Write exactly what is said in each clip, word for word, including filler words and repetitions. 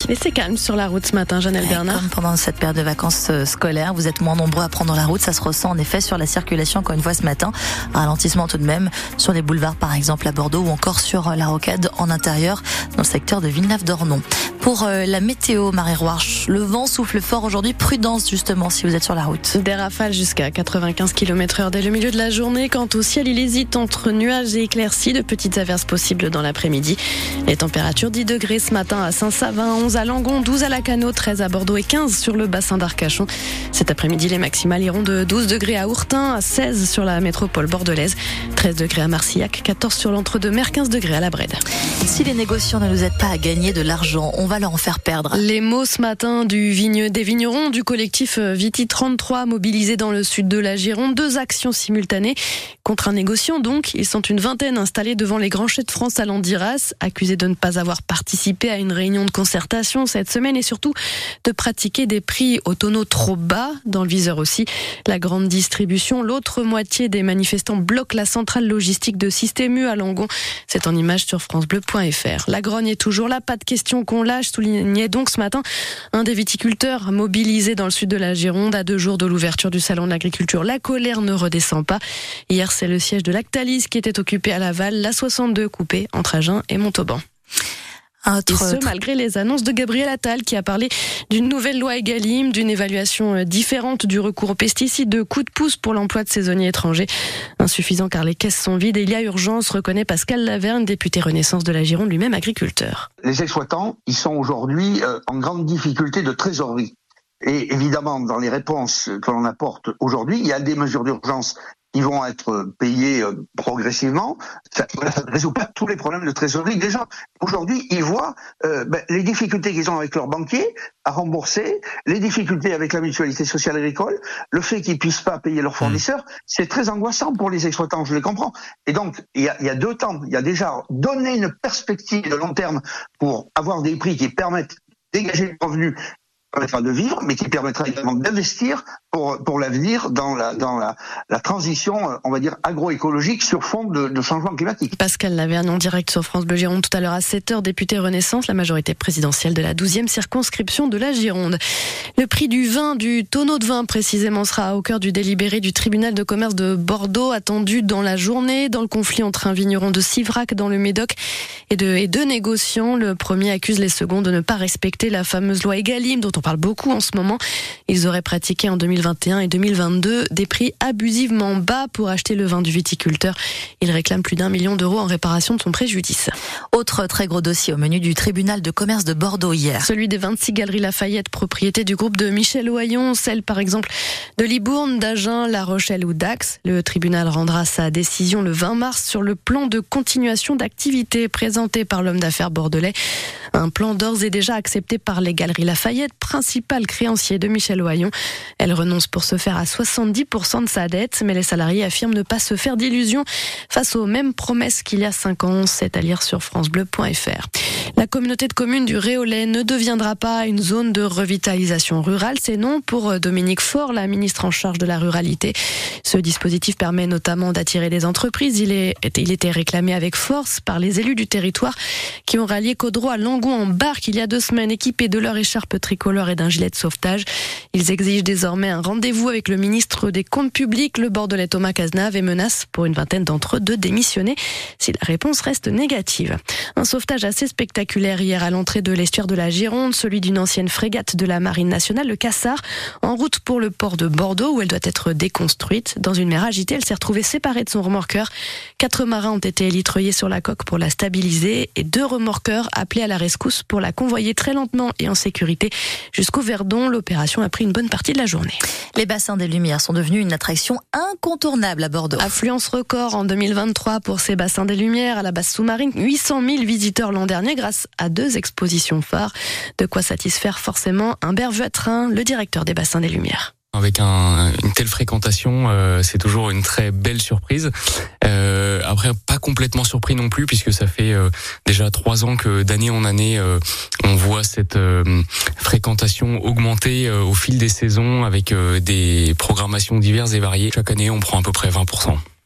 Et c'est calme sur la route ce matin, Janelle ouais, Bernard. Comme pendant cette période de vacances euh, scolaires, vous êtes moins nombreux à prendre la route. Ça se ressent en effet sur la circulation, encore une fois ce matin. Un ralentissement tout de même sur les boulevards, par exemple à Bordeaux, ou encore sur euh, la Rocade en intérieur, dans le secteur de Villeneuve-d'Ornon. Pour euh, la météo, Marie Roarch, le vent souffle fort aujourd'hui. Prudence justement si vous êtes sur la route. Des rafales jusqu'à quatre-vingt-quinze kilomètres heure dès le milieu de la journée. Quant au ciel, il hésite entre nuages et éclaircies. De petites averses possibles dans l'après-midi. Les températures dix degrés ce matin à Saint-Savin, onze à Langon, douze à Lacanau, treize à Bordeaux et quinze sur le bassin d'Arcachon. Cet après-midi, les maximales iront de douze degrés à Ourtin, à seize sur la métropole bordelaise, treize degrés à Marcillac, quatorze sur l'entre-deux-mer, quinze degrés à la Brède. Si les négociants ne nous aident pas à gagner de l'argent, on va leur en faire perdre. Les mots ce matin du vigne, des vignerons du collectif Viti trente-trois mobilisés dans le sud de la Gironde. Deux actions simultanées contre un négociant donc. Ils sont une vingtaine installés devant les grands chais de France à Landiras, accusés de ne pas avoir participé à une réunion de concertation cette semaine et surtout de pratiquer des prix au tonneau trop bas. Dans le viseur aussi, la grande distribution. L'autre moitié des manifestants bloquent la centrale logistique de Système U à Langon. C'est en image sur francebleu point f r. La grogne est toujours là, pas de question qu'on lâche, soulignait donc ce matin un des viticulteurs mobilisés dans le sud de la Gironde à deux jours de l'ouverture du salon de l'agriculture. La colère ne redescend pas. Hier, c'est le siège de Lactalis qui était occupé à Laval, la soixante-deux coupée entre Agen et Montauban. Autre... Et ce, malgré les annonces de Gabriel Attal qui a parlé d'une nouvelle loi Egalim, d'une évaluation différente du recours aux pesticides, de coups de pouce pour l'emploi de saisonniers étrangers. Insuffisant car les caisses sont vides et il y a urgence, reconnaît Pascal Laverne, député Renaissance de la Gironde, lui-même agriculteur. Les exploitants, ils sont aujourd'hui en grande difficulté de trésorerie. Et évidemment, dans les réponses que l'on apporte aujourd'hui, il y a des mesures d'urgence qui vont être payés progressivement. Ça ne résout pas tous les problèmes de trésorerie des gens. Aujourd'hui, ils voient euh, ben, les difficultés qu'ils ont avec leurs banquiers à rembourser, les difficultés avec la mutualité sociale agricole, le fait qu'ils puissent pas payer leurs fournisseurs, mmh. c'est très angoissant pour les exploitants, je les comprends. Et donc, il y a, il y a deux temps. Il y a déjà donner une perspective de long terme pour avoir des prix qui permettent de dégager des revenus permettra de vivre, mais qui permettra également d'investir pour pour l'avenir dans la dans la, la transition, on va dire agroécologique sur fond de, de changement climatique. Pascal Laverne en direct sur France Bleu Gironde tout à l'heure à sept heures, député Renaissance, la majorité présidentielle de la douzième circonscription de la Gironde. Le prix du vin, du tonneau de vin précisément, sera au cœur du délibéré du tribunal de commerce de Bordeaux, attendu dans la journée, dans le conflit entre un vigneron de Sivrac dans le Médoc et, de, et deux négociants. Le premier accuse les seconds de ne pas respecter la fameuse loi Egalim dont on parle beaucoup en ce moment. Ils auraient pratiqué en deux mille vingt et un et deux mille vingt-deux des prix abusivement bas pour acheter le vin du viticulteur. Il réclame plus d'un million d'euros en réparation de son préjudice. Autre très gros dossier au menu du tribunal de commerce de Bordeaux hier. Celui des vingt-six Galeries Lafayette, propriété du groupe de Michel Ohaillon, celle par exemple de Libourne, d'Agen, La Rochelle ou Dax. Le tribunal rendra sa décision le vingt mars sur le plan de continuation d'activité présenté par l'homme d'affaires bordelais. Un plan d'ores et déjà accepté par les Galeries Lafayette, principal créancier de Michel Ohaillon. Elle renonce pour se faire à soixante-dix pour cent de sa dette, mais les salariés affirment ne pas se faire d'illusions face aux mêmes promesses qu'il y a cinq ans. C'est à lire sur francebleu point f r. La communauté de communes du Réolais ne deviendra pas une zone de revitalisation rurale. C'est non pour Dominique Faure, la ministre en charge de la ruralité. Ce dispositif permet notamment d'attirer des entreprises. Il, est, il était réclamé avec force par les élus du territoire qui ont rallié Caudreau à Langon en barque il y a deux semaines, équipés de leur écharpe tricolore et d'un gilet de sauvetage. Ils exigent désormais un rendez-vous avec le ministre des Comptes publics, le Bordelais Thomas Cazenave, et menacent pour une vingtaine d'entre eux de démissionner si la réponse reste négative. Un sauvetage assez spectaculaire hier à l'entrée de l'estuaire de la Gironde, celui d'une ancienne frégate de la Marine nationale, le Cassard, en route pour le port de Bordeaux où elle doit être déconstruite. Dans une mer agitée, elle s'est retrouvée séparée de son remorqueur. Quatre marins ont été élitreillés sur la coque pour la stabiliser et deux remorqueurs appelés à la rescousse pour la convoyer très lentement et en sécurité jusqu'au Verdon. L'opération a pris une bonne partie de la journée. Les bassins des Lumières sont devenus une attraction incontournable à Bordeaux. Affluence record en deux mille vingt-trois pour ces bassins des Lumières à la base sous-marine. huit cent mille visiteurs l'an dernier grâce à deux expositions phares. De quoi satisfaire forcément Humbert Vuatrin, le directeur des bassins des Lumières. Avec un, une telle fréquentation, euh, c'est toujours une très belle surprise. Euh, après, pas complètement surpris non plus, puisque ça fait euh, déjà trois ans que d'année en année, euh, on voit cette euh, fréquentation augmenter euh, au fil des saisons avec euh, des programmations diverses et variées. Chaque année, on prend à peu près vingt pour cent.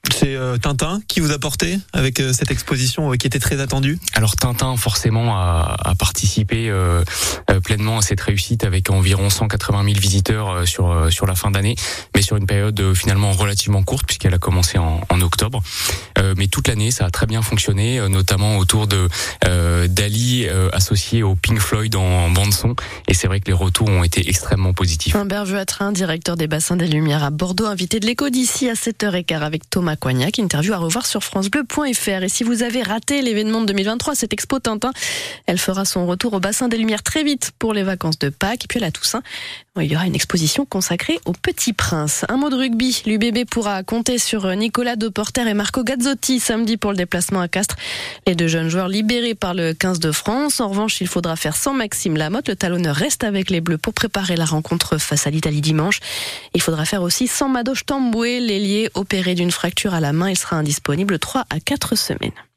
C'est euh, Tintin qui vous a porté avec euh, cette exposition euh, qui était très attendue. Alors Tintin forcément a, a participé euh, euh, pleinement à cette réussite avec environ cent quatre-vingt mille visiteurs euh, sur euh, sur la fin d'année, mais sur une période euh, finalement relativement courte puisqu'elle a commencé en, en octobre. Euh, mais toute l'année ça a très bien fonctionné, euh, notamment autour de euh, d'Ali euh, associé au Pink Floyd en, en bande son. Et c'est vrai que les retours ont été extrêmement positifs. Humbert Vuatrin, directeur des Bassins des Lumières à Bordeaux, invité de l'Écho d'ici à sept heures quinze avec Thomas Coignac. Interview à revoir sur francebleu point f r. Et si vous avez raté l'événement de deux mille vingt-trois, cette expo Tintin, elle fera son retour au Bassin des Lumières très vite pour les vacances de Pâques. Et puis à la Toussaint, il y aura une exposition consacrée au Petit Prince. Un mot de rugby. L'U B B pourra compter sur Nicolas Deporter et Marco Gazzotti samedi pour le déplacement à Castres. Les deux jeunes joueurs libérés par le quinze de France. En revanche, il faudra faire sans Maxime Lamotte. Le talonneur reste avec les Bleus pour préparer la rencontre face à l'Italie dimanche. Il faudra faire aussi sans Madoche Tamboué, l'ailier opéré d'une fracture à la main. Il sera indisponible trois à quatre semaines.